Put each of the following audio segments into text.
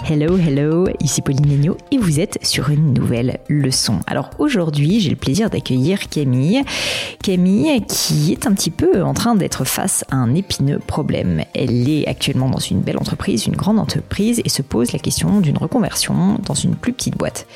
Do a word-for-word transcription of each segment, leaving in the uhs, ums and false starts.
Hello, hello, ici Pauline Legnaud et vous êtes sur une nouvelle leçon. Alors aujourd'hui, j'ai le plaisir d'accueillir Camille. Camille qui est un petit peu en train d'être face à un épineux problème. Elle est actuellement dans une belle entreprise, une grande entreprise et se pose la question d'une reconversion dans une plus petite boîte.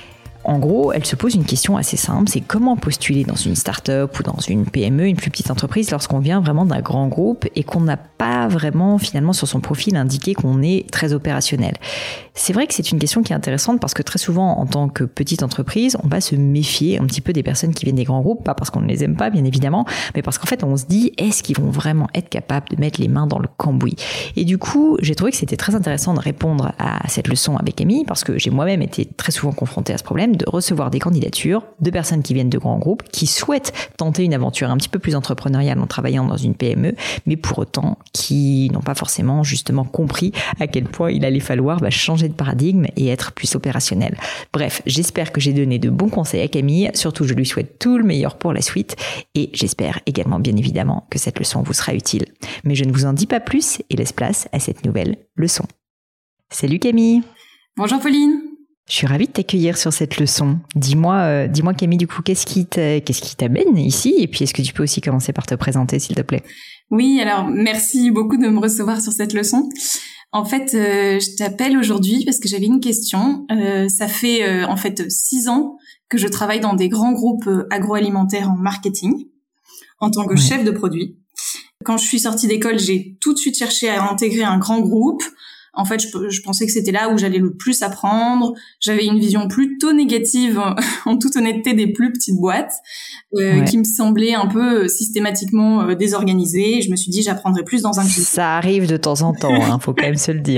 En gros, elle se pose une question assez simple, c'est comment postuler dans une start-up ou dans une P M E, une plus petite entreprise, lorsqu'on vient vraiment d'un grand groupe et qu'on n'a pas vraiment finalement sur son profil indiqué qu'on est très opérationnel. C'est vrai que c'est une question qui est intéressante parce que très souvent, en tant que petite entreprise, on va se méfier un petit peu des personnes qui viennent des grands groupes, pas parce qu'on ne les aime pas, bien évidemment, mais parce qu'en fait, on se dit, est-ce qu'ils vont vraiment être capables de mettre les mains dans le cambouis ? Et du coup, j'ai trouvé que c'était très intéressant de répondre à cette leçon avec Camille parce que j'ai moi-même été très souvent confrontée à ce problème de recevoir des candidatures de personnes qui viennent de grands groupes, qui souhaitent tenter une aventure un petit peu plus entrepreneuriale en travaillant dans une P M E, mais pour autant qui n'ont pas forcément justement compris à quel point il allait falloir bah, changer de paradigme et être plus opérationnel. Bref, j'espère que j'ai donné de bons conseils à Camille, surtout je lui souhaite tout le meilleur pour la suite et j'espère également bien évidemment que cette leçon vous sera utile. Mais je ne vous en dis pas plus et laisse place à cette nouvelle leçon. Salut Camille. Bonjour Pauline. Je suis ravie de t'accueillir sur cette leçon. Dis-moi, euh, dis-moi Camille, du coup, qu'est-ce qui t'a, qu'est-ce qui t'amène ici ? Et puis, est-ce que tu peux aussi commencer par te présenter, s'il te plaît ? Oui, alors merci beaucoup de me recevoir sur cette leçon. En fait, euh, je t'appelle aujourd'hui parce que j'avais une question. Euh, ça fait euh, en fait six ans que je travaille dans des grands groupes agroalimentaires en marketing en tant que ouais. chef de produit. Quand je suis sortie d'école, j'ai tout de suite cherché à intégrer un grand groupe. En fait, je, je pensais que c'était là où j'allais le plus apprendre. J'avais une vision plutôt négative, en toute honnêteté, des plus petites boîtes, euh, ouais. qui me semblaient un peu systématiquement euh, désorganisées. Je me suis dit, j'apprendrai plus dans un groupe. Ça arrive de temps en temps, hein, faut quand même se le dire.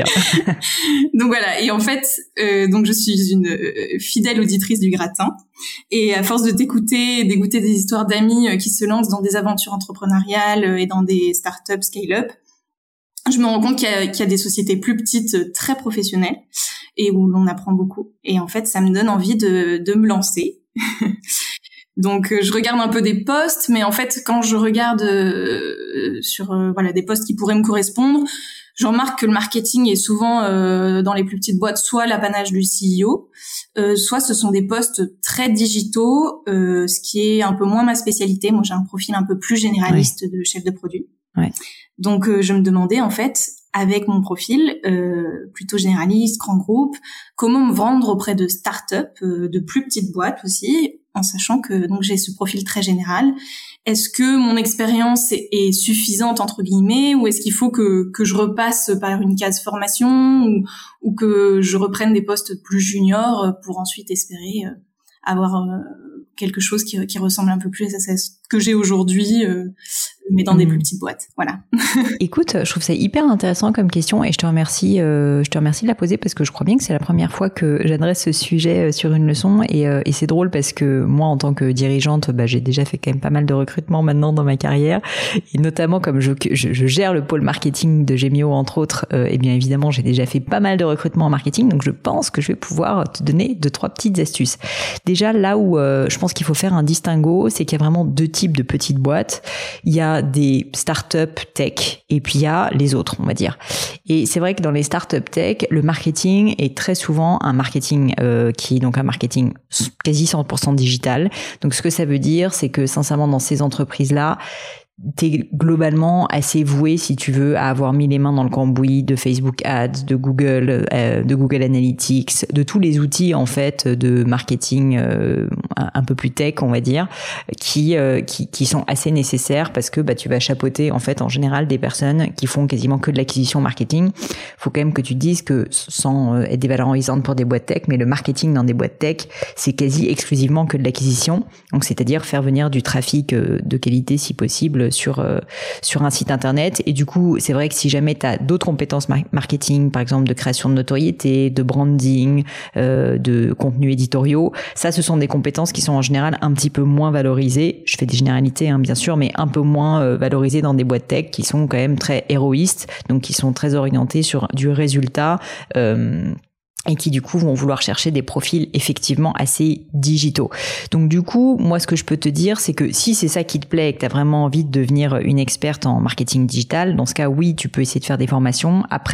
Donc voilà. Et en fait, euh, donc je suis une euh, fidèle auditrice du Gratin. Et à force de t'écouter, d'écouter des histoires d'amis euh, qui se lancent dans des aventures entrepreneuriales euh, et dans des startups scale-up, je me rends compte qu'il y, a, qu'il y a des sociétés plus petites, très professionnelles, et où l'on apprend beaucoup. Et en fait, ça me donne envie de, de me lancer. Donc, je regarde un peu des postes, mais en fait, quand je regarde euh, sur euh, voilà des postes qui pourraient me correspondre, je remarque que le marketing est souvent euh, dans les plus petites boîtes, soit l'apanage du C E O, euh, soit ce sont des postes très digitaux, euh, ce qui est un peu moins ma spécialité. Moi, j'ai un profil un peu plus généraliste oui. de chef de produit. Ouais. Donc, euh, je me demandais, en fait, avec mon profil, euh, plutôt généraliste, grand groupe, comment me vendre auprès de start-up, euh, de plus petites boîtes aussi, en sachant que donc j'ai ce profil très général. Est-ce que mon expérience est, est suffisante, entre guillemets, ou est-ce qu'il faut que, que je repasse par une case formation, ou, ou que je reprenne des postes plus juniors pour ensuite espérer euh, avoir euh, quelque chose qui, qui ressemble un peu plus à ce que j'ai aujourd'hui, euh, mais dans mmh. des plus petites boîtes. Voilà. Écoute, je trouve ça hyper intéressant comme question et je te remercie, euh, je te remercie de la poser parce que je crois bien que c'est la première fois que j'adresse ce sujet sur une leçon et, euh, et c'est drôle parce que moi, en tant que dirigeante, bah, j'ai déjà fait quand même pas mal de recrutement maintenant dans ma carrière et notamment comme je, je, je gère le pôle marketing de Gemio entre autres, euh, et bien évidemment, j'ai déjà fait pas mal de recrutement en marketing, donc je pense que je vais pouvoir te donner deux, trois petites astuces. Déjà, là où euh, je pense qu'il faut faire un distinguo, c'est qu'il y a vraiment deux types de petites boîtes. Il y a des startups tech et puis il y a les autres, on va dire. Et c'est vrai que dans les startups tech, le marketing est très souvent un marketing euh, qui est donc un marketing quasi cent pour cent digital. Donc ce que ça veut dire, c'est que sincèrement dans ces entreprises-là, t'es globalement assez voué, si tu veux, à avoir mis les mains dans le cambouis de Facebook Ads, de Google, euh, de Google Analytics, de tous les outils en fait de marketing euh, un peu plus tech, on va dire, qui euh, qui qui sont assez nécessaires parce que bah tu vas chapeauter en fait en général des personnes qui font quasiment que de l'acquisition marketing. Faut quand même que tu te dises que sans être dévalorisante pour des boîtes tech, mais le marketing dans des boîtes tech, c'est quasi exclusivement que de l'acquisition. Donc c'est-à-dire faire venir du trafic de qualité si possible sur euh, sur un site internet et du coup c'est vrai que si jamais tu as d'autres compétences mar- marketing par exemple de création de notoriété, de branding, euh, de contenus éditoriaux, ça ce sont des compétences qui sont en général un petit peu moins valorisées, je fais des généralités hein, bien sûr, mais un peu moins euh, valorisées dans des boîtes tech qui sont quand même très héroïstes, donc qui sont très orientées sur du résultat euh, et qui du coup vont vouloir chercher des profils effectivement assez digitaux. Donc du coup, moi ce que je peux te dire, c'est que si c'est ça qui te plaît et que tu as vraiment envie de devenir une experte en marketing digital, dans ce cas oui, tu peux essayer de faire des formations. Après,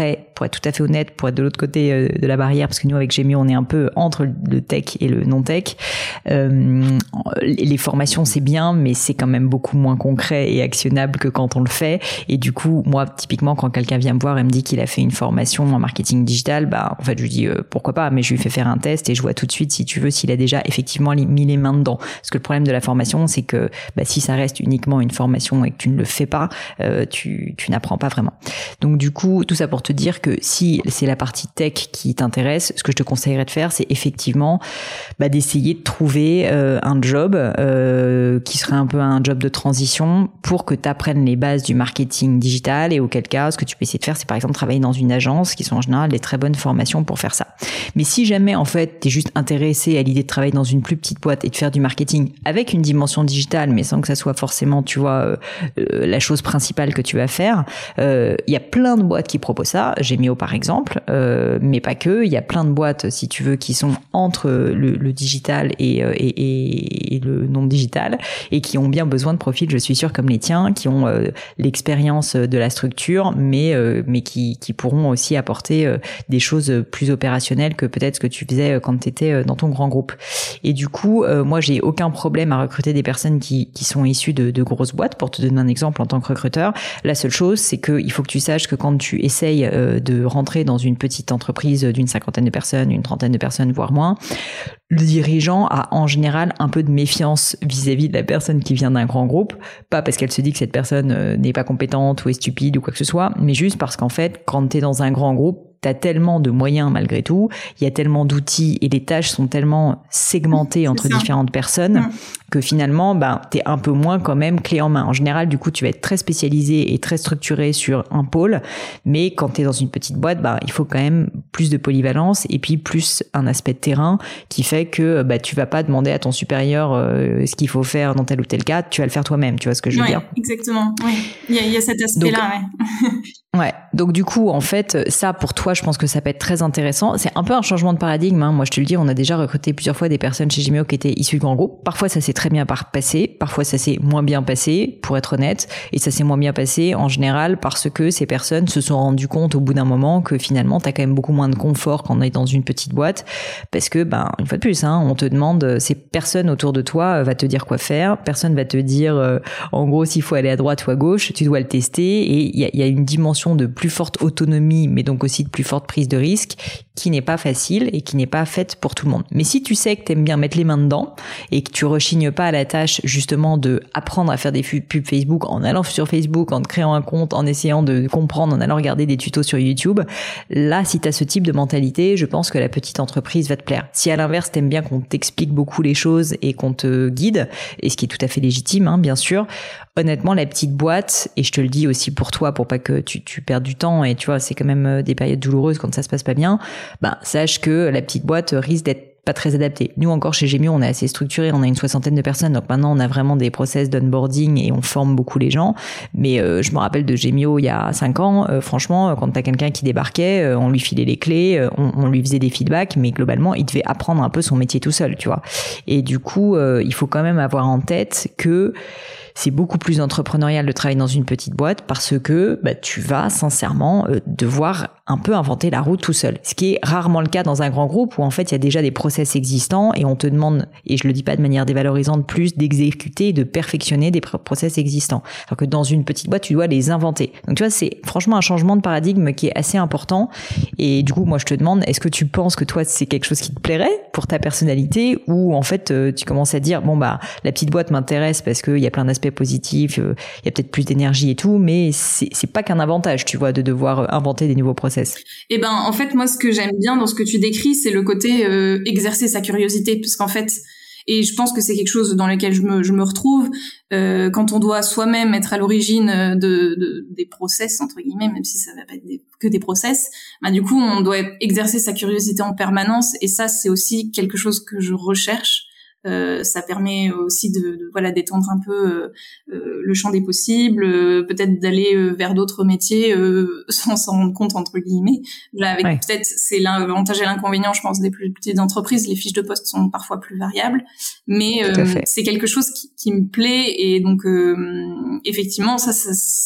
pour être tout à fait honnête, pour être de l'autre côté euh, de la barrière, parce que nous avec Gemio on est un peu entre le tech et le non tech. Euh, les formations c'est bien, mais c'est quand même beaucoup moins concret et actionnable que quand on le fait. Et du coup, moi typiquement quand quelqu'un vient me voir et me dit qu'il a fait une formation en marketing digital, bah en fait je lui dis euh, pourquoi pas, mais je lui fais faire un test et je vois tout de suite si tu veux s'il a déjà effectivement mis les mains dedans. Parce que le problème de la formation, c'est que bah, si ça reste uniquement une formation et que tu ne le fais pas, euh, tu, tu n'apprends pas vraiment. Donc du coup, tout ça pour te dire que si c'est la partie tech qui t'intéresse, ce que je te conseillerais de faire, c'est effectivement bah, d'essayer de trouver euh, un job euh, qui serait un peu un job de transition pour que tu apprennes les bases du marketing digital, et auquel cas, ce que tu peux essayer de faire, c'est par exemple travailler dans une agence, qui sont en général des très bonnes formations pour faire ça. Mais si jamais en fait tu es juste intéressé à l'idée de travailler dans une plus petite boîte et de faire du marketing avec une dimension digitale, mais sans que ça soit forcément, tu vois, euh, euh, la chose principale que tu vas faire, il euh, y a plein de boîtes qui proposent ça. Gemio par exemple, euh, mais pas que. Il y a plein de boîtes, si tu veux, qui sont entre le, le digital et, et, et, et le non digital, et qui ont bien besoin de profils, je suis sûre, comme les tiens, qui ont euh, l'expérience de la structure, mais euh, mais qui, qui pourront aussi apporter euh, des choses plus opérationnelles que peut-être ce que tu faisais quand tu étais dans ton grand groupe. Et du coup, euh, moi, j'ai aucun problème à recruter des personnes qui, qui sont issues de, de grosses boîtes. Pour te donner un exemple en tant que recruteur, la seule chose, c'est qu'il faut que tu saches que quand tu essayes euh, de rentrer dans une petite entreprise d'une cinquantaine de personnes, une trentaine de personnes, voire moins, le dirigeant a en général un peu de méfiance vis-à-vis de la personne qui vient d'un grand groupe, pas parce qu'elle se dit que cette personne euh, n'est pas compétente ou est stupide ou quoi que ce soit, mais juste parce qu'en fait, quand tu es dans un grand groupe, t'as tellement de moyens malgré tout, il y a tellement d'outils et les tâches sont tellement segmentées entre différentes personnes mmh. que finalement, ben, t'es un peu moins quand même clé en main. En général, du coup, tu vas être très spécialisé et très structuré sur un pôle, mais quand t'es dans une petite boîte, ben, il faut quand même plus de polyvalence et puis plus un aspect de terrain qui fait que ben, tu vas pas demander à ton supérieur euh, ce qu'il faut faire dans tel ou tel cas, tu vas le faire toi-même, tu vois ce que je veux ouais, dire? Exactement, oui. Il y a, il y a cet aspect-là, donc, ouais. Ouais, donc du coup, en fait, ça pour toi, je pense que ça peut être très intéressant. C'est un peu un changement de paradigme, hein. Moi je te le dis, on a déjà recruté plusieurs fois des personnes chez Gemio qui étaient issues de grands groupes. Parfois ça s'est très bien passé, parfois ça s'est moins bien passé, pour être honnête, et ça s'est moins bien passé en général parce que ces personnes se sont rendues compte au bout d'un moment que finalement t'as quand même beaucoup moins de confort quand on est dans une petite boîte, parce que ben une fois de plus, hein, on te demande, ces personnes autour de toi va te dire quoi faire, personne va te dire euh, en gros s'il faut aller à droite ou à gauche, tu dois le tester, et il y a, y a une dimension de plus forte autonomie, mais donc aussi de plus forte prise de risque, qui n'est pas facile et qui n'est pas faite pour tout le monde. Mais si tu sais que t'aimes bien mettre les mains dedans et que tu rechignes pas à la tâche justement de apprendre à faire des pubs Facebook en allant sur Facebook, en te créant un compte, en essayant de comprendre, en allant regarder des tutos sur YouTube, là, si t'as ce type de mentalité, je pense que la petite entreprise va te plaire. Si à l'inverse, t'aimes bien qu'on t'explique beaucoup les choses et qu'on te guide, et ce qui est tout à fait légitime, hein, bien sûr, honnêtement, la petite boîte, et je te le dis aussi pour toi, pour pas que tu, tu perdes du temps, et tu vois, c'est quand même des périodes douloureuses quand ça se passe pas bien, ben, sache que la petite boîte risque d'être pas très adaptée. Nous encore chez Gemio, on est assez structuré, on a une soixantaine de personnes, donc maintenant on a vraiment des process d'onboarding et on forme beaucoup les gens. Mais euh, je me rappelle de Gemio il y a cinq ans, euh, franchement, quand t'as quelqu'un qui débarquait, euh, on lui filait les clés, euh, on, on lui faisait des feedbacks, mais globalement il devait apprendre un peu son métier tout seul, tu vois. Et du coup, euh, il faut quand même avoir en tête que c'est beaucoup plus entrepreneurial de travailler dans une petite boîte parce que bah, tu vas sincèrement euh, devoir un peu inventer la roue tout seul. Ce qui est rarement le cas dans un grand groupe où en fait il y a déjà des process existants et on te demande, et je le dis pas de manière dévalorisante, plus d'exécuter et de perfectionner des process existants. Alors que dans une petite boîte, tu dois les inventer. Donc tu vois, c'est franchement un changement de paradigme qui est assez important. Et du coup, moi je te demande, est-ce que tu penses que toi c'est quelque chose qui te plairait pour ta personnalité, ou en fait euh, tu commences à dire, bon bah la petite boîte m'intéresse parce qu'il y a plein d'aspects positif, il euh, y a peut-être plus d'énergie et tout, mais c'est, c'est pas qu'un avantage, tu vois, de devoir inventer des nouveaux process. Eh ben, en fait, moi, ce que j'aime bien dans ce que tu décris, c'est le côté euh, exercer sa curiosité, parce qu'en fait, et je pense que c'est quelque chose dans lequel je me, je me retrouve, euh, quand on doit soi-même être à l'origine de, de des process, entre guillemets, même si ça va pas être des, que des process, bah, du coup, on doit exercer sa curiosité en permanence, et ça, c'est aussi quelque chose que je recherche. Euh, ça permet aussi de, de voilà d'étendre un peu euh, euh, le champ des possibles, euh, peut-être d'aller euh, vers d'autres métiers euh, sans s'en rendre compte, entre guillemets. Là, avec ouais. peut-être c'est l'avantage et l'inconvénient, je pense, des plus petites entreprises. Les fiches de poste sont parfois plus variables, mais euh, c'est quelque chose qui, qui me plaît, et donc euh, effectivement, ça, ça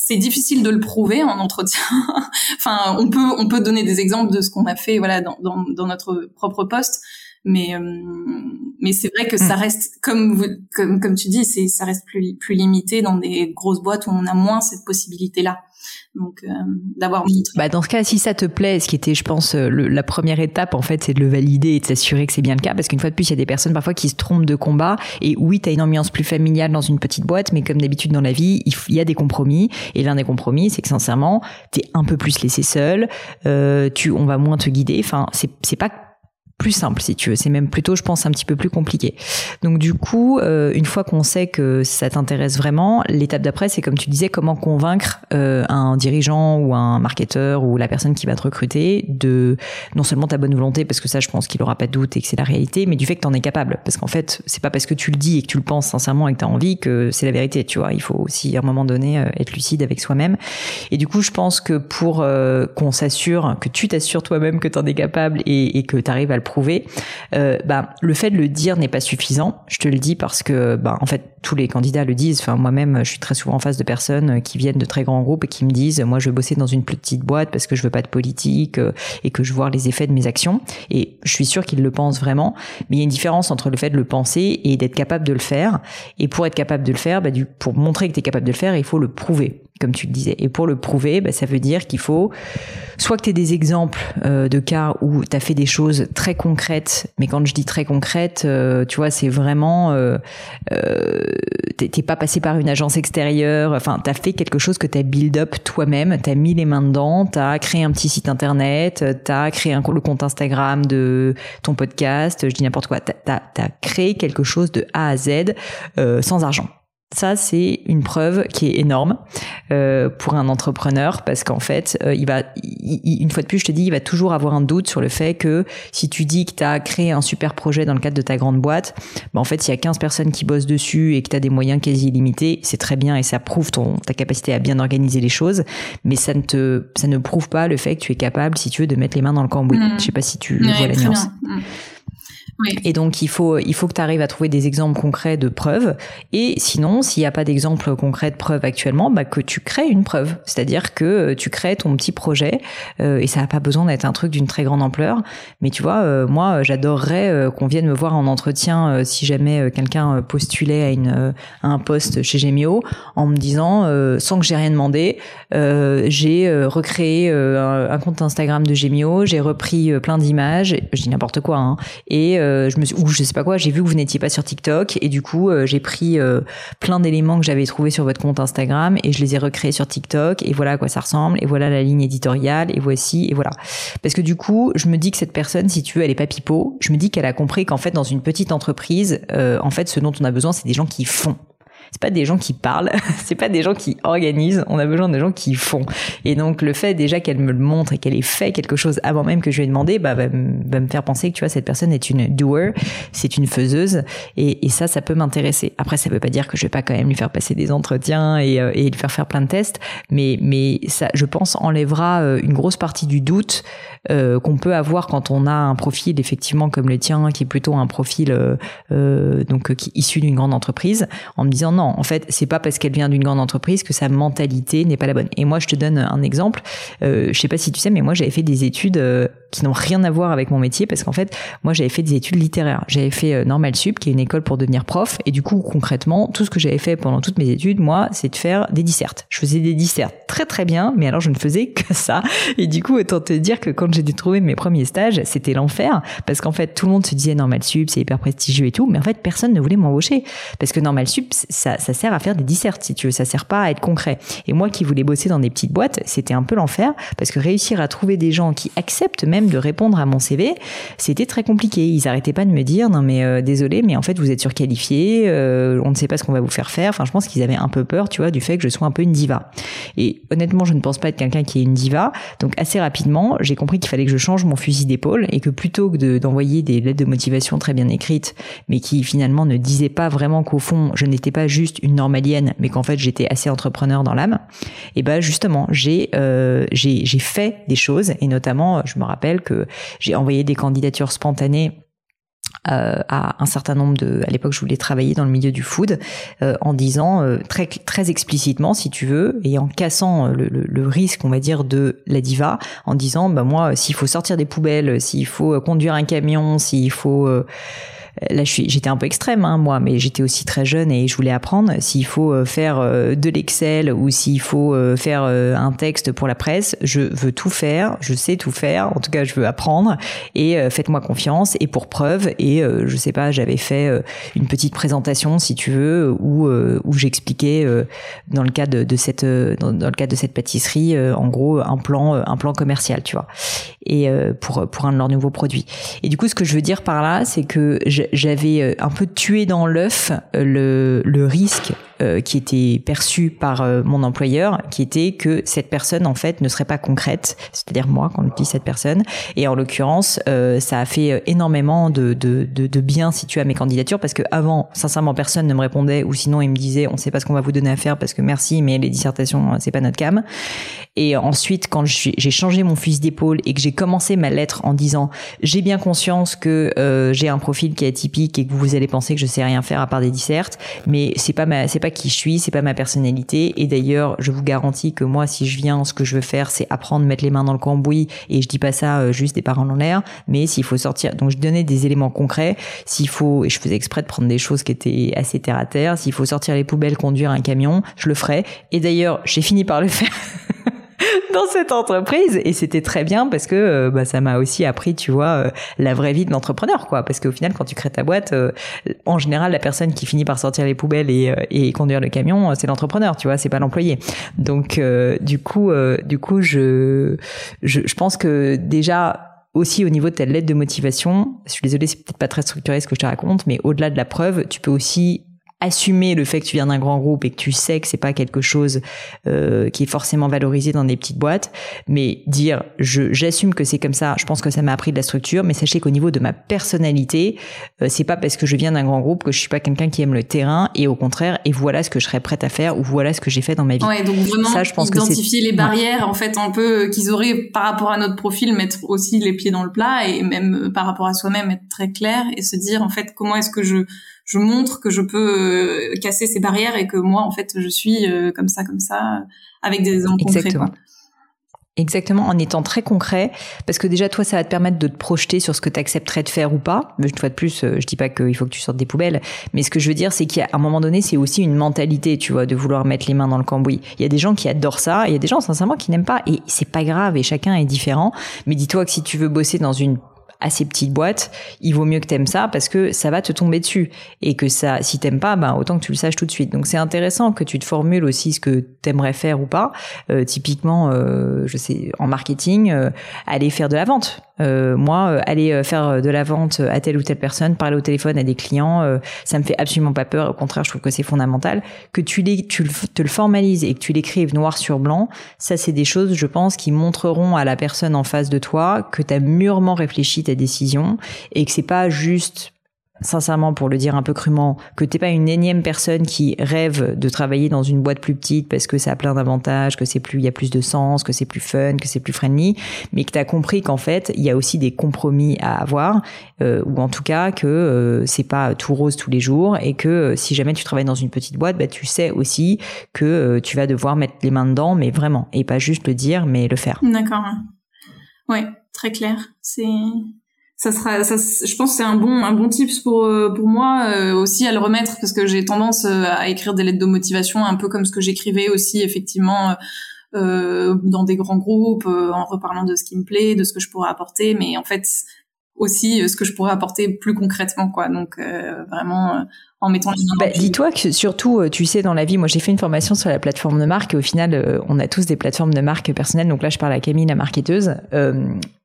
c'est difficile de le prouver en entretien. Enfin, on peut on peut donner des exemples de ce qu'on a fait, voilà, dans dans, dans notre propre poste. Mais euh, mais c'est vrai que ça reste comme vous, comme comme tu dis, c'est ça reste plus plus limité dans des grosses boîtes où on a moins cette possibilité là. Donc euh, d'avoir montré. Bah dans ce cas, si ça te plaît, ce qui était, je pense, le, la première étape en fait, c'est de le valider et de s'assurer que c'est bien le cas, parce qu'une fois de plus, il y a des personnes parfois qui se trompent de combat. Et oui, t'as une ambiance plus familiale dans une petite boîte, mais comme d'habitude dans la vie, il, il y a des compromis. Et l'un des compromis, c'est que sincèrement, t'es un peu plus laissé seul. Euh, tu, on va moins te guider. Enfin, c'est c'est pas plus simple si tu veux, c'est même plutôt je pense un petit peu plus compliqué. Donc du coup euh, une fois qu'on sait que ça t'intéresse vraiment, l'étape d'après c'est comme tu disais, comment convaincre euh, un dirigeant ou un marketeur ou la personne qui va te recruter de non seulement ta bonne volonté, parce que ça je pense qu'il aura pas de doute et que c'est la réalité, mais du fait que t'en es capable, parce qu'en fait c'est pas parce que tu le dis et que tu le penses sincèrement et que t'as envie que c'est la vérité, tu vois. Il faut aussi à un moment donné euh, être lucide avec soi-même. Et du coup je pense que pour euh, qu'on s'assure, que tu t'assures toi-même que t'en es capable et, et que t'arrives à le prouver, euh, bah, le fait de le dire n'est pas suffisant. Je te le dis parce que, bah, en fait, tous les candidats le disent. Enfin, moi-même, je suis très souvent en face de personnes qui viennent de très grands groupes et qui me disent, moi, je veux bosser dans une plus petite boîte parce que je veux pas de politique euh, et que je veux voir les effets de mes actions. Et je suis sûre qu'ils le pensent vraiment. Mais il y a une différence entre le fait de le penser et d'être capable de le faire. Et pour être capable de le faire, bah, du, pour montrer que tu es capable de le faire, il faut le prouver, comme tu le disais. Et pour le prouver, bah, ça veut dire qu'il faut soit que tu aies des exemples euh, de cas où tu as fait des choses très concrètes, mais quand je dis très concrètes, euh, tu vois, c'est vraiment euh, euh, t'es pas passé par une agence extérieure, enfin, tu as fait quelque chose que tu as build up toi-même, tu as mis les mains dedans, tu as créé un petit site internet, tu as créé un, le compte Instagram de ton podcast, je dis n'importe quoi, tu as créé quelque chose de A à Z euh, sans argent. Ça, c'est une preuve qui est énorme euh, pour un entrepreneur, parce qu'en fait, euh, il va, il, une fois de plus, je te dis, il va toujours avoir un doute sur le fait que si tu dis que tu as créé un super projet dans le cadre de ta grande boîte, bah en fait, s'il y a quinze personnes qui bossent dessus et que tu as des moyens quasi illimités, c'est très bien et ça prouve ton ta capacité à bien organiser les choses, mais ça ne te ça ne prouve pas le fait que tu es capable, si tu veux, de mettre les mains dans le cambouis. Mmh. Je sais pas si tu ouais, vois la nuance. Mmh. Oui. Et donc il faut il faut que tu arrives à trouver des exemples concrets de preuves, et sinon s'il n'y a pas d'exemple concret de preuve actuellement, bah que tu crées une preuve, c'est-à-dire que tu crées ton petit projet euh, et ça n'a pas besoin d'être un truc d'une très grande ampleur, mais tu vois euh, moi j'adorerais euh, qu'on vienne me voir en entretien euh, si jamais euh, quelqu'un postulait à une euh, à un poste chez Gemio en me disant euh, sans que j'ai rien demandé, euh, j'ai euh, recréé euh, un, un compte Instagram de Gemio, j'ai repris euh, plein d'images, je dis n'importe quoi hein, et euh, je me suis, ou je sais pas quoi, j'ai vu que vous n'étiez pas sur TikTok et du coup euh, j'ai pris euh, plein d'éléments que j'avais trouvés sur votre compte Instagram et je les ai recréés sur TikTok et voilà à quoi ça ressemble et voilà la ligne éditoriale et voici et voilà. Parce que du coup je me dis que cette personne, si tu veux, elle est pas pipeau, je me dis qu'elle a compris qu'en fait dans une petite entreprise, euh, en fait ce dont on a besoin c'est des gens qui font. C'est pas des gens qui parlent, c'est pas des gens qui organisent, on a besoin de gens qui font. Et donc le fait déjà qu'elle me le montre et qu'elle ait fait quelque chose avant même que je lui ai demandé, bah va, va me faire penser que tu vois cette personne est une doer, c'est une faiseuse, et, et ça ça peut m'intéresser. Après ça veut pas dire que je vais pas quand même lui faire passer des entretiens et, et lui faire faire plein de tests, mais mais ça je pense enlèvera une grosse partie du doute euh, qu'on peut avoir quand on a un profil effectivement comme le tien qui est plutôt un profil euh, euh, donc qui issu d'une grande entreprise, en me disant non, en fait, c'est pas parce qu'elle vient d'une grande entreprise que sa mentalité n'est pas la bonne. Et moi, je te donne un exemple. Euh, je sais pas si tu sais, mais moi, j'avais fait des études euh, qui n'ont rien à voir avec mon métier, parce qu'en fait, moi, j'avais fait des études littéraires. J'avais fait euh, Normal Sup, qui est une école pour devenir prof. Et du coup, concrètement, tout ce que j'avais fait pendant toutes mes études, moi, c'est de faire des dissertes. Je faisais des dissertes très très bien, mais alors je ne faisais que ça. Et du coup, autant te dire que quand j'ai dû trouver mes premiers stages, c'était l'enfer, parce qu'en fait, tout le monde se disait Normal Sup, c'est hyper prestigieux et tout, mais en fait, personne ne voulait m'embaucher, parce que Normal Sup, ça, ça sert à faire des dissertes, si tu veux, ça sert pas à être concret. Et moi qui voulais bosser dans des petites boîtes, c'était un peu l'enfer, parce que réussir à trouver des gens qui acceptent même de répondre à mon C V, c'était très compliqué. Ils arrêtaient pas de me dire non mais euh, désolé, mais en fait vous êtes surqualifié, euh, on ne sait pas ce qu'on va vous faire faire. Enfin, je pense qu'ils avaient un peu peur, tu vois, du fait que je sois un peu une diva. Et honnêtement, je ne pense pas être quelqu'un qui est une diva. Donc assez rapidement, j'ai compris qu'il fallait que je change mon fusil d'épaule, et que plutôt que de, d'envoyer des lettres de motivation très bien écrites, mais qui finalement ne disaient pas vraiment qu'au fond je n'étais pas juste une normalienne, mais qu'en fait j'étais assez entrepreneur dans l'âme, et ben justement j'ai euh, j'ai j'ai fait des choses, et notamment je me rappelle que j'ai envoyé des candidatures spontanées Euh, à un certain nombre de, à l'époque je voulais travailler dans le milieu du food, euh, en disant euh, très très explicitement si tu veux, et en cassant le, le, le risque on va dire de la diva, en disant bah moi s'il faut sortir des poubelles, s'il faut conduire un camion, s'il faut euh, là je suis, j'étais un peu extrême hein, moi, mais j'étais aussi très jeune et je voulais apprendre. S'il faut faire de l'Excel ou s'il faut faire un texte pour la presse, je veux tout faire, je sais tout faire, en tout cas je veux apprendre et faites-moi confiance. Et pour preuve, et je sais pas, j'avais fait une petite présentation si tu veux où où j'expliquais dans le cadre de, de cette dans, dans le cadre de cette pâtisserie en gros un plan un plan commercial, tu vois, et pour pour un de leurs nouveaux produits. Et du coup ce que je veux dire par là, c'est que j'avais un peu tué dans l'œuf le, le risque euh, qui était perçu par euh, mon employeur, qui était que cette personne en fait ne serait pas concrète, c'est-à-dire moi quand je dis cette personne. Et en l'occurrence, euh, ça a fait énormément de, de, de, de bien si tu as mes candidatures, parce que avant, sincèrement, personne ne me répondait, ou sinon ils me disaient on sait pas ce qu'on va vous donner à faire parce que merci, mais les dissertations c'est pas notre cam. Et ensuite, quand j'ai changé mon fusil d'épaule et que j'ai commencé ma lettre en disant j'ai bien conscience que euh, j'ai un profil qui est atypique et que vous allez penser que je sais rien faire à part des dissertes, mais c'est pas ma, c'est pas qui je suis, c'est pas ma personnalité. Et d'ailleurs, je vous garantis que moi, si je viens, ce que je veux faire, c'est apprendre, mettre les mains dans le cambouis. Et je dis pas ça euh, juste des paroles en l'air, mais s'il faut sortir, donc je donnais des éléments concrets. S'il faut, et je faisais exprès de prendre des choses qui étaient assez terre à terre. S'il faut sortir les poubelles, conduire un camion, je le ferai. Et d'ailleurs, j'ai fini par le faire. Dans cette entreprise, et c'était très bien parce que euh, bah ça m'a aussi appris, tu vois, euh, la vraie vie de l'entrepreneur, quoi. Parce qu'au final, quand tu crées ta boîte, euh, en général, la personne qui finit par sortir les poubelles et, euh, et conduire le camion, c'est l'entrepreneur, tu vois, c'est pas l'employé. Donc euh, du coup, euh, du coup, je, je je pense que déjà aussi au niveau de ta lettre de motivation, je suis désolée, c'est peut-être pas très structuré ce que je te raconte, mais au-delà de la preuve, tu peux aussi assumer le fait que tu viens d'un grand groupe et que tu sais que c'est pas quelque chose euh, qui est forcément valorisé dans des petites boîtes, mais dire je j'assume que c'est comme ça, je pense que ça m'a appris de la structure, mais sachez qu'au niveau de ma personnalité, euh, c'est pas parce que je viens d'un grand groupe que je suis pas quelqu'un qui aime le terrain, et au contraire, et voilà ce que je serais prête à faire, ou voilà ce que j'ai fait dans ma vie. Ouais, donc vraiment ça, je pense identifier que les barrières, ouais. En fait, un peu qu'ils auraient par rapport à notre profil, mettre aussi les pieds dans le plat, et même par rapport à soi-même être très clair et se dire en fait comment est-ce que je je montre que je peux casser ces barrières et que moi, en fait, je suis comme ça, comme ça, avec des exemples concrets, quoi. Exactement, en étant très concret, parce que déjà, toi, ça va te permettre de te projeter sur ce que tu accepterais de faire ou pas. Une fois de plus, je dis pas qu'il faut que tu sortes des poubelles, mais ce que je veux dire, c'est qu'à un moment donné, c'est aussi une mentalité, tu vois, de vouloir mettre les mains dans le cambouis. Il y a des gens qui adorent ça, et il y a des gens, sincèrement, qui n'aiment pas, et c'est pas grave, et chacun est différent. Mais dis-toi que si tu veux bosser dans une assez petite boîte, il vaut mieux que t'aimes ça parce que ça va te tomber dessus, et que ça, si t'aimes pas, ben autant que tu le saches tout de suite. Donc c'est intéressant que tu te formules aussi ce que t'aimerais faire ou pas. Euh, typiquement, euh, je sais, en marketing, euh, aller faire de la vente. Euh, moi, euh, aller faire de la vente à telle ou telle personne, parler au téléphone à des clients, euh, ça me fait absolument pas peur. Au contraire, je trouve que c'est fondamental. Que tu, les, tu le, te le formalises et que tu l'écrives noir sur blanc, ça c'est des choses, je pense, qui montreront à la personne en face de toi que t'as mûrement réfléchi ta décision, et que c'est pas juste, sincèrement, pour le dire un peu crûment, que t'es pas une énième personne qui rêve de travailler dans une boîte plus petite parce que ça a plein d'avantages, que c'est plus, il y a plus de sens, que c'est plus fun, que c'est plus friendly, mais que t'as compris qu'en fait, il y a aussi des compromis à avoir, euh, ou en tout cas que euh, c'est pas tout rose tous les jours, et que euh, si jamais tu travailles dans une petite boîte, bah tu sais aussi que euh, tu vas devoir mettre les mains dedans, mais vraiment, et pas juste le dire, mais le faire. D'accord. Ouais, très clair. C'est ça sera ça je pense que c'est un bon un bon tips pour pour moi euh, aussi à le remettre, parce que j'ai tendance à écrire des lettres de motivation un peu comme ce que j'écrivais aussi effectivement euh, dans des grands groupes, euh, en reparlant de ce qui me plaît, de ce que je pourrais apporter, mais en fait aussi ce que je pourrais apporter plus concrètement, quoi. Donc euh, vraiment euh, en mettant les bah, dis-toi que surtout, tu sais, dans la vie, moi j'ai fait une formation sur la plateforme de marque, et au final euh, on a tous des plateformes de marque personnelles. Donc là je parle à Camille, la marketeuse. euh,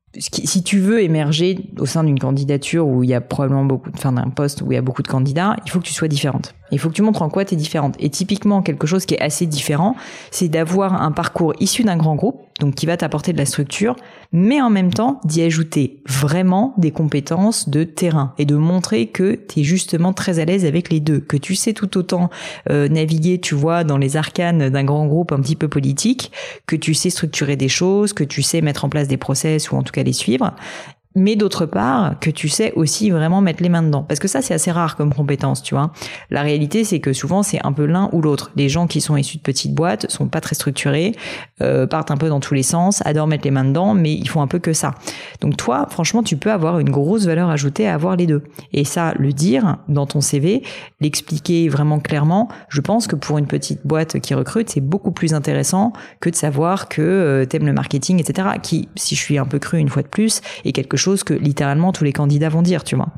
Si tu veux émerger au sein d'une candidature où il y a probablement beaucoup, enfin d'un poste où il y a beaucoup de candidats, il faut que tu sois différente. Il faut que tu montres en quoi tu es différente. Et typiquement, quelque chose qui est assez différent, c'est d'avoir un parcours issu d'un grand groupe, donc qui va t'apporter de la structure, mais en même temps d'y ajouter vraiment des compétences de terrain, et de montrer que tu es justement très à l'aise avec les deux, que tu sais tout autant euh, naviguer, tu vois, dans les arcanes d'un grand groupe un petit peu politique, que tu sais structurer des choses, que tu sais mettre en place des process, ou en tout cas les suivre, mais d'autre part, que tu sais aussi vraiment mettre les mains dedans. Parce que ça, c'est assez rare comme compétence, tu vois. La réalité, c'est que souvent, c'est un peu l'un ou l'autre. Les gens qui sont issus de petites boîtes sont pas très structurés, euh, partent un peu dans tous les sens, adorent mettre les mains dedans, mais ils font un peu que ça. Donc toi, franchement, tu peux avoir une grosse valeur ajoutée à avoir les deux. Et ça, le dire dans ton C V, l'expliquer vraiment clairement, je pense que pour une petite boîte qui recrute, c'est beaucoup plus intéressant que de savoir que euh, t'aimes le marketing, et cetera. Qui, si je suis un peu cru une fois de plus, est quelque chose que littéralement tous les candidats vont dire, tu vois.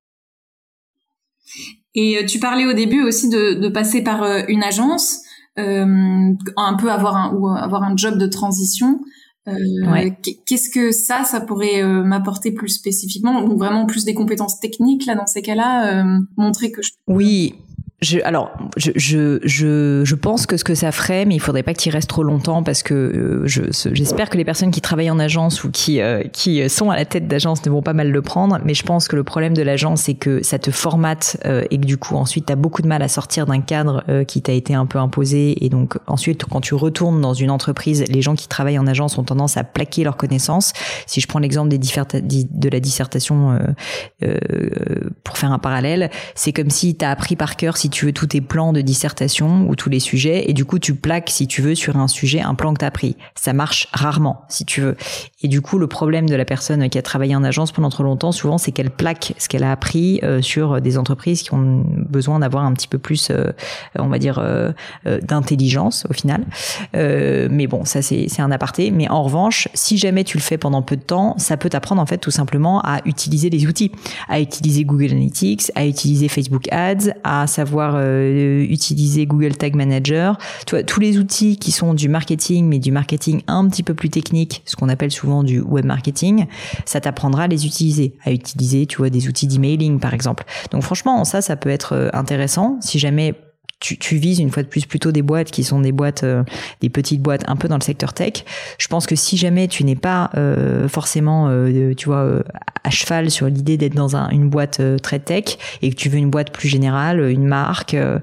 Et tu parlais au début aussi de, de passer par une agence, euh, un peu avoir un ou avoir un job de transition. Euh, ouais. Qu'est-ce que ça, ça pourrait euh, m'apporter plus spécifiquement, donc vraiment plus des compétences techniques là dans ces cas-là, euh, montrer que je. Oui. Je, alors, je, je, je, je pense que ce que ça ferait, mais il faudrait pas que tu y restes trop longtemps parce que euh, je, j'espère que les personnes qui travaillent en agence ou qui, euh, qui sont à la tête d'agence ne vont pas mal le prendre. Mais je pense que le problème de l'agence, c'est que ça te formate euh, et que du coup, ensuite, tu as beaucoup de mal à sortir d'un cadre euh, qui t'a été un peu imposé. Et donc, ensuite, quand tu retournes dans une entreprise, les gens qui travaillent en agence ont tendance à plaquer leurs connaissances. Si je prends l'exemple des differta- de la dissertation euh, euh, pour faire un parallèle, c'est comme si tu as appris par cœur, si tu veux, tous tes plans de dissertation ou tous les sujets, et du coup tu plaques, si tu veux, sur un sujet un plan que tu as pris. Ça marche rarement, si tu veux. Et du coup, le problème de la personne qui a travaillé en agence pendant trop longtemps, souvent, c'est qu'elle plaque ce qu'elle a appris euh, sur des entreprises qui ont besoin d'avoir un petit peu plus, euh, on va dire, euh, euh, d'intelligence au final. Euh, mais bon, ça c'est, c'est un aparté. Mais en revanche, si jamais tu le fais pendant peu de temps, ça peut t'apprendre en fait tout simplement à utiliser les outils, à utiliser Google Analytics, à utiliser Facebook Ads, à savoir euh, utiliser Google Tag Manager, tu vois, tous les outils qui sont du marketing, mais du marketing un petit peu plus technique, ce qu'on appelle souvent du web marketing, ça t'apprendra à les utiliser, à utiliser, tu vois, des outils d'emailing par exemple. Donc franchement, ça, ça peut être intéressant si jamais Tu, tu vises une fois de plus plutôt des boîtes qui sont des boîtes, euh, des petites boîtes un peu dans le secteur tech. Je pense que si jamais tu n'es pas euh, forcément, euh, tu vois, euh, à cheval sur l'idée d'être dans un, une boîte euh, très tech et que tu veux une boîte plus générale, une marque, euh,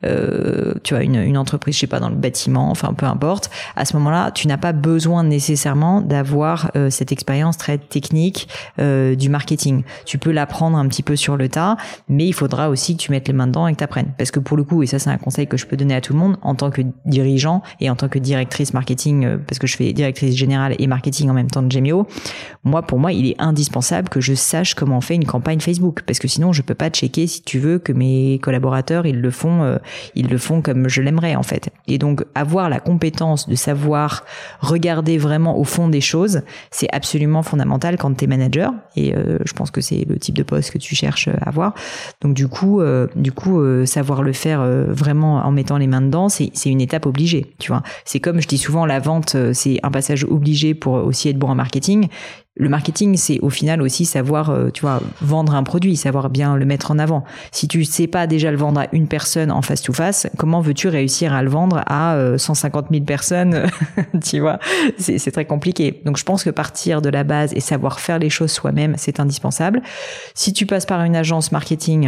euh, tu vois, une, une entreprise, je sais pas, dans le bâtiment, enfin peu importe. À ce moment-là, tu n'as pas besoin nécessairement d'avoir euh, cette expérience très technique euh, du marketing. Tu peux l'apprendre un petit peu sur le tas, mais il faudra aussi que tu mettes les mains dedans et que tu apprennes. Parce que pour le coup, et ça c'est un conseil que je peux donner à tout le monde en tant que dirigeant et en tant que directrice marketing, parce que je fais directrice générale et marketing en même temps de Gemio, moi, pour moi, il est indispensable que je sache comment on fait une campagne Facebook, parce que sinon je peux pas checker, si tu veux, que mes collaborateurs ils le font euh, ils le font comme je l'aimerais en fait. Et donc avoir la compétence de savoir regarder vraiment au fond des choses, c'est absolument fondamental quand tu es manager, et euh, je pense que c'est le type de poste que tu cherches à avoir. Donc du coup euh, du coup euh, savoir le faire euh, vraiment en mettant les mains dedans, c'est c'est une étape obligée, tu vois. C'est comme je dis souvent, la vente, c'est un passage obligé pour aussi être bon en marketing. Le marketing, c'est au final aussi savoir, euh, tu vois, vendre un produit, savoir bien le mettre en avant. Si tu sais pas déjà le vendre à une personne en face to face, comment veux-tu réussir à le vendre à euh, cent cinquante mille personnes? Tu vois, c'est, c'est très compliqué. Donc, je pense que partir de la base et savoir faire les choses soi-même, c'est indispensable. Si tu passes par une agence marketing,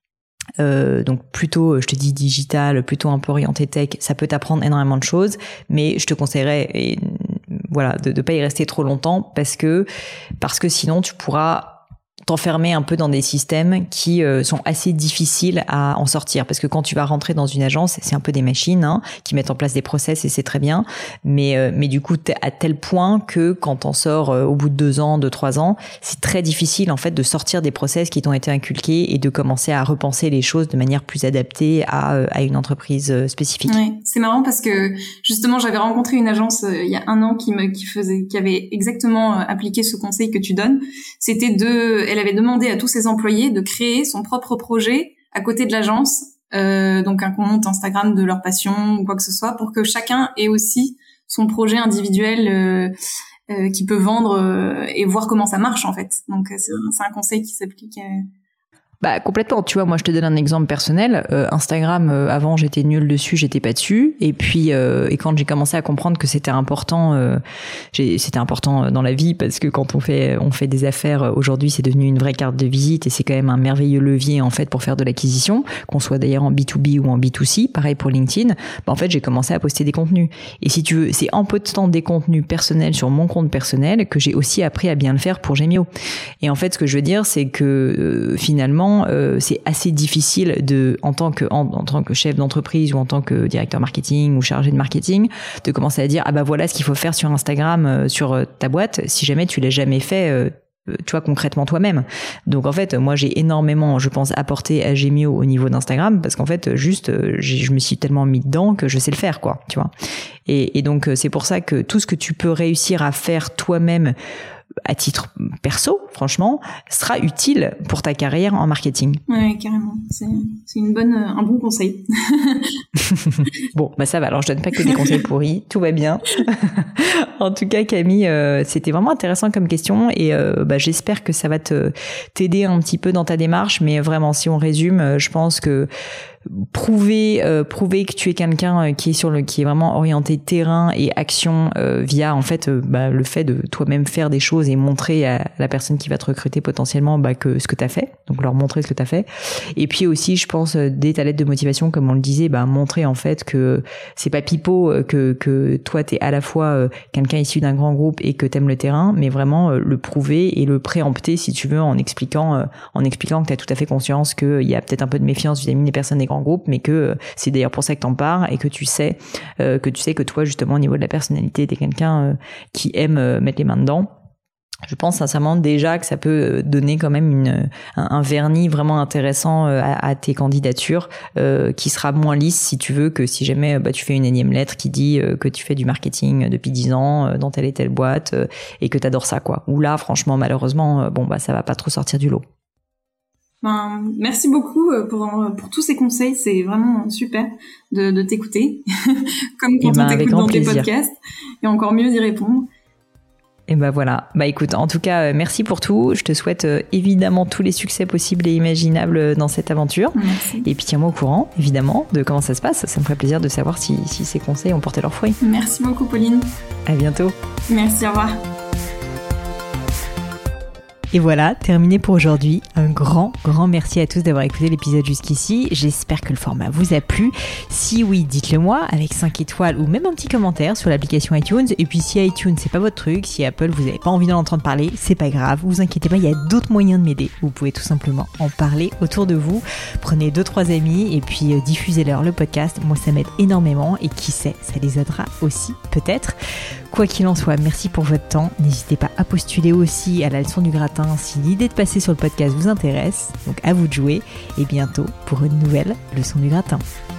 Euh, donc plutôt, je te dis digital, plutôt un peu orienté tech, ça peut t'apprendre énormément de choses, mais je te conseillerais, et, voilà, de ne pas y rester trop longtemps, parce que parce que sinon tu pourras t'enfermer un peu dans des systèmes qui euh, sont assez difficiles à en sortir, parce que quand tu vas rentrer dans une agence, c'est un peu des machines hein, qui mettent en place des process, et c'est très bien, mais euh, mais du coup t'es à tel point que quand t'en sors euh, au bout de deux ans, de trois ans, c'est très difficile en fait de sortir des process qui t'ont été inculqués et de commencer à repenser les choses de manière plus adaptée à euh, à une entreprise euh, spécifique. Ouais, c'est marrant parce que justement j'avais rencontré une agence euh, il y a un an qui me qui faisait qui avait exactement euh, appliqué ce conseil que tu donnes. C'était de elle avait demandé à tous ses employés de créer son propre projet à côté de l'agence, euh, donc un compte Instagram de leur passion ou quoi que ce soit, pour que chacun ait aussi son projet individuel euh, euh, qui peut vendre euh, et voir comment ça marche en fait. Donc c'est, c'est un conseil qui s'applique. Euh... Bah complètement, tu vois, moi je te donne un exemple personnel. Euh, Instagram, euh, avant j'étais nulle dessus, j'étais pas dessus. Et puis euh, et quand j'ai commencé à comprendre que c'était important, euh, j'ai, c'était important dans la vie parce que quand on fait on fait des affaires aujourd'hui, c'est devenu une vraie carte de visite et c'est quand même un merveilleux levier en fait pour faire de l'acquisition, qu'on soit d'ailleurs en B deux B ou en B deux C. Pareil pour LinkedIn. Bah, en fait j'ai commencé à poster des contenus. Et si tu veux, c'est en postant des contenus personnels sur mon compte personnel que j'ai aussi appris à bien le faire pour Gemio. Et en fait ce que je veux dire c'est que euh, finalement Euh, c'est assez difficile de, en tant que, en, en tant que chef d'entreprise ou en tant que directeur marketing ou chargé de marketing, de commencer à dire, ah bah voilà ce qu'il faut faire sur Instagram, euh, sur euh, ta boîte, si jamais tu l'as jamais fait, euh, tu vois, concrètement toi-même. Donc en fait, moi j'ai énormément, je pense, apporté à Gemio au niveau d'Instagram parce qu'en fait, juste, j'ai, je me suis tellement mis dedans que je sais le faire, quoi, tu vois. Et, et donc c'est pour ça que tout ce que tu peux réussir à faire toi-même à titre perso, franchement, sera utile pour ta carrière en marketing. Ouais, carrément. C'est, c'est une bonne, un bon conseil. Bon, bah ça va. Alors, je donne pas que des conseils pourris. Tout va bien. En tout cas, Camille, euh, c'était vraiment intéressant comme question et euh, bah, j'espère que ça va te t'aider un petit peu dans ta démarche. Mais vraiment, si on résume, je pense que prouver euh, prouver que tu es quelqu'un qui est sur le qui est vraiment orienté terrain et action euh, via en fait euh, bah, le fait de toi-même faire des choses et montrer à la personne qui va te recruter potentiellement bah, que ce que tu as fait, donc leur montrer ce que tu as fait. Et puis aussi je pense dès ta lettre de motivation comme on le disait, bah montrer en fait que c'est pas pipeau, que que toi tu es à la fois euh, quelqu'un issu d'un grand groupe et que tu aimes le terrain, mais vraiment euh, le prouver et le préempter si tu veux en expliquant euh, en expliquant que tu as tout à fait conscience que il y a peut-être un peu de méfiance vis-à-vis des personnes des en groupe, mais que c'est d'ailleurs pour ça que t'en parles et que tu sais euh, que tu sais que toi justement au niveau de la personnalité t'es quelqu'un euh, qui aime euh, mettre les mains dedans. Je pense sincèrement déjà que ça peut donner quand même une, un, un vernis vraiment intéressant à, à tes candidatures euh, qui sera moins lisse si tu veux que si jamais bah, tu fais une énième lettre qui dit euh, que tu fais du marketing depuis dix ans euh, dans telle et telle boîte euh, et que t'adores ça quoi. Ou là franchement malheureusement euh, bon bah ça va pas trop sortir du lot. Ben, merci beaucoup pour, pour tous ces conseils, c'est vraiment super de, de t'écouter, comme quand ben, on t'écoute dans plaisir. Tes podcasts, et encore mieux d'y répondre. Et ben voilà, bah écoute, en tout cas, merci pour tout. Je te souhaite euh, évidemment tous les succès possibles et imaginables dans cette aventure. Merci. Et puis tiens-moi au courant, évidemment, de comment ça se passe. Ça me ferait plaisir de savoir si, si ces conseils ont porté leurs fruits. Merci beaucoup, Pauline. À bientôt. Merci, au revoir. Et voilà, terminé pour aujourd'hui. Un grand, grand merci à tous d'avoir écouté l'épisode jusqu'ici. J'espère que le format vous a plu. Si oui, dites-le moi avec cinq étoiles ou même un petit commentaire sur l'application iTunes. Et puis si iTunes, c'est pas votre truc, si Apple, vous n'avez pas envie d'en entendre parler, c'est pas grave. Vous inquiétez pas, il y a d'autres moyens de m'aider. Vous pouvez tout simplement en parler autour de vous. Prenez deux, trois amis et puis euh, diffusez-leur le podcast. Moi, ça m'aide énormément et qui sait, ça les aidera aussi, peut-être. Quoi qu'il en soit, merci pour votre temps. N'hésitez pas à postuler aussi à la leçon du gratin si l'idée de passer sur le podcast vous intéresse. Donc à vous de jouer et bientôt pour une nouvelle leçon du gratin.